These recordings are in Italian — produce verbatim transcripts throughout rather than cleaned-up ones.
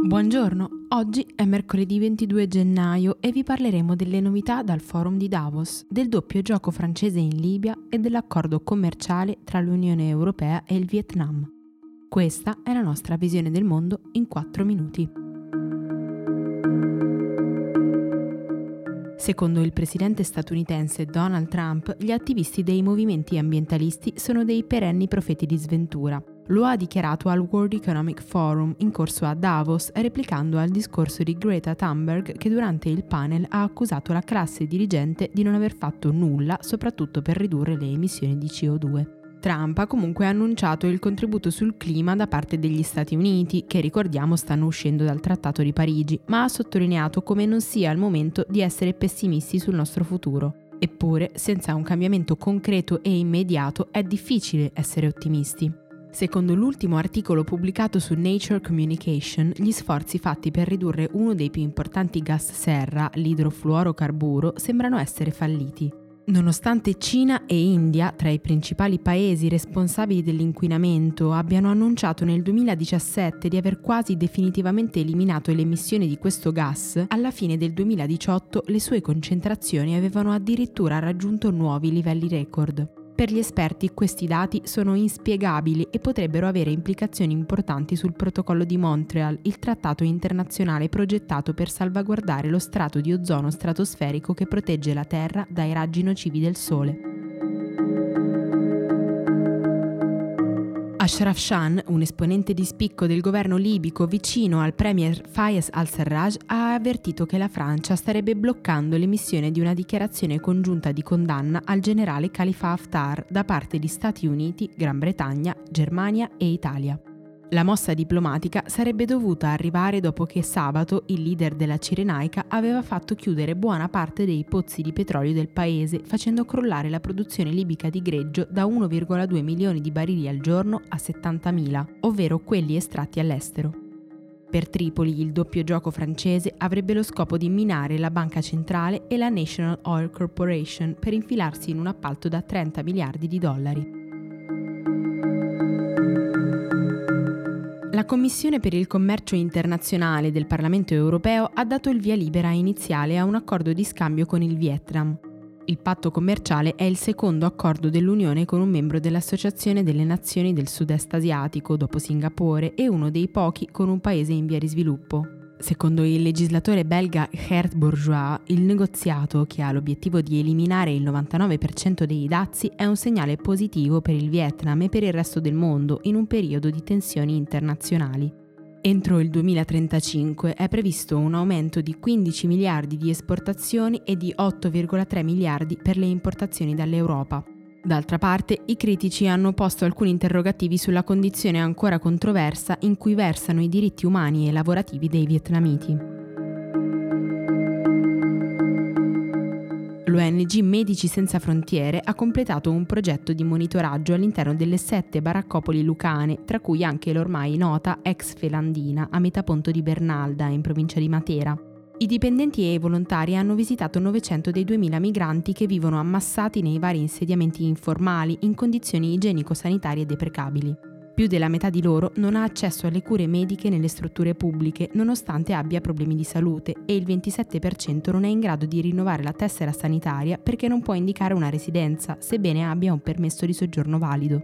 Buongiorno, oggi è mercoledì ventidue gennaio e vi parleremo delle novità dal forum di Davos, del doppio gioco francese in Libia e dell'accordo commerciale tra l'Unione Europea e il Vietnam. Questa è la nostra visione del mondo in quattro minuti. Secondo il presidente statunitense Donald Trump, gli attivisti dei movimenti ambientalisti sono dei perenni profeti di sventura. Lo ha dichiarato al World Economic Forum in corso a Davos, replicando al discorso di Greta Thunberg che durante il panel ha accusato la classe dirigente di non aver fatto nulla, soprattutto per ridurre le emissioni di C O due. Trump ha comunque annunciato il contributo sul clima da parte degli Stati Uniti, che ricordiamo stanno uscendo dal Trattato di Parigi, ma ha sottolineato come non sia il momento di essere pessimisti sul nostro futuro. Eppure, senza un cambiamento concreto e immediato, è difficile essere ottimisti. Secondo l'ultimo articolo pubblicato su Nature Communication, gli sforzi fatti per ridurre uno dei più importanti gas serra, l'idrofluorocarburo, sembrano essere falliti. Nonostante Cina e India, tra i principali paesi responsabili dell'inquinamento, abbiano annunciato nel duemiladiciassette di aver quasi definitivamente eliminato le emissioni di questo gas, alla fine del duemiladiciotto le sue concentrazioni avevano addirittura raggiunto nuovi livelli record. Per gli esperti questi dati sono inspiegabili e potrebbero avere implicazioni importanti sul Protocollo di Montreal, il trattato internazionale progettato per salvaguardare lo strato di ozono stratosferico che protegge la Terra dai raggi nocivi del Sole. Ashraf Shan, un esponente di spicco del governo libico vicino al premier Fayez al-Sarraj, ha avvertito che la Francia starebbe bloccando l'emissione di una dichiarazione congiunta di condanna al generale Khalifa Haftar da parte di Stati Uniti, Gran Bretagna, Germania e Italia. La mossa diplomatica sarebbe dovuta arrivare dopo che sabato il leader della Cirenaica aveva fatto chiudere buona parte dei pozzi di petrolio del paese, facendo crollare la produzione libica di greggio da uno virgola due milioni di barili al giorno a settantamila, ovvero quelli estratti all'estero. Per Tripoli il doppio gioco francese avrebbe lo scopo di minare la Banca Centrale e la National Oil Corporation per infilarsi in un appalto da trenta miliardi di dollari. La Commissione per il commercio internazionale del Parlamento europeo ha dato il via libera iniziale a un accordo di scambio con il Vietnam. Il patto commerciale è il secondo accordo dell'Unione con un membro dell'Associazione delle Nazioni del Sud-Est Asiatico, dopo Singapore, e uno dei pochi con un paese in via di sviluppo. Secondo il legislatore belga Geert Bourgeois, il negoziato, che ha l'obiettivo di eliminare il novantanove per cento dei dazi, è un segnale positivo per il Vietnam e per il resto del mondo in un periodo di tensioni internazionali. Entro il duemilatrentacinque è previsto un aumento di quindici miliardi di esportazioni e di otto virgola tre miliardi per le importazioni dall'Europa. D'altra parte, i critici hanno posto alcuni interrogativi sulla condizione ancora controversa in cui versano i diritti umani e lavorativi dei vietnamiti. L'O N G Medici Senza Frontiere ha completato un progetto di monitoraggio all'interno delle sette baraccopoli lucane, tra cui anche l'ormai nota ex Felandina a metà ponto di Bernalda, in provincia di Matera. I dipendenti e i volontari hanno visitato novecento dei duemila migranti che vivono ammassati nei vari insediamenti informali in condizioni igienico-sanitarie deprecabili. Più della metà di loro non ha accesso alle cure mediche nelle strutture pubbliche, nonostante abbia problemi di salute, e il ventisette per cento non è in grado di rinnovare la tessera sanitaria perché non può indicare una residenza, sebbene abbia un permesso di soggiorno valido.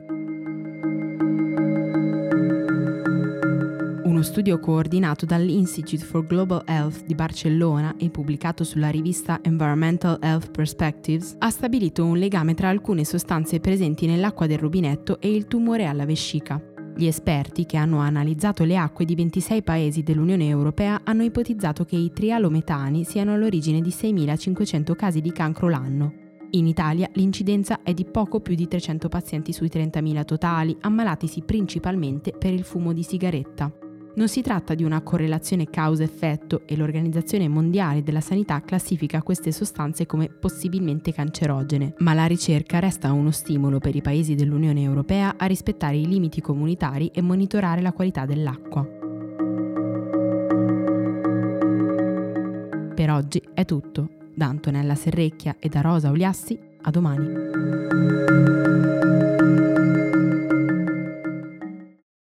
Uno studio coordinato dall'Institute for Global Health di Barcellona e pubblicato sulla rivista Environmental Health Perspectives ha stabilito un legame tra alcune sostanze presenti nell'acqua del rubinetto e il tumore alla vescica. Gli esperti, che hanno analizzato le acque di ventisei paesi dell'Unione Europea, hanno ipotizzato che i trialometani siano all'origine di seimilacinquecento casi di cancro l'anno. In Italia l'incidenza è di poco più di trecento pazienti sui trentamila totali, ammalatisi principalmente per il fumo di sigaretta. Non si tratta di una correlazione causa-effetto e l'Organizzazione Mondiale della Sanità classifica queste sostanze come possibilmente cancerogene, ma la ricerca resta uno stimolo per i paesi dell'Unione Europea a rispettare i limiti comunitari e monitorare la qualità dell'acqua. Per oggi è tutto. Da Antonella Serrecchia e da Rosa Uliassi, a domani.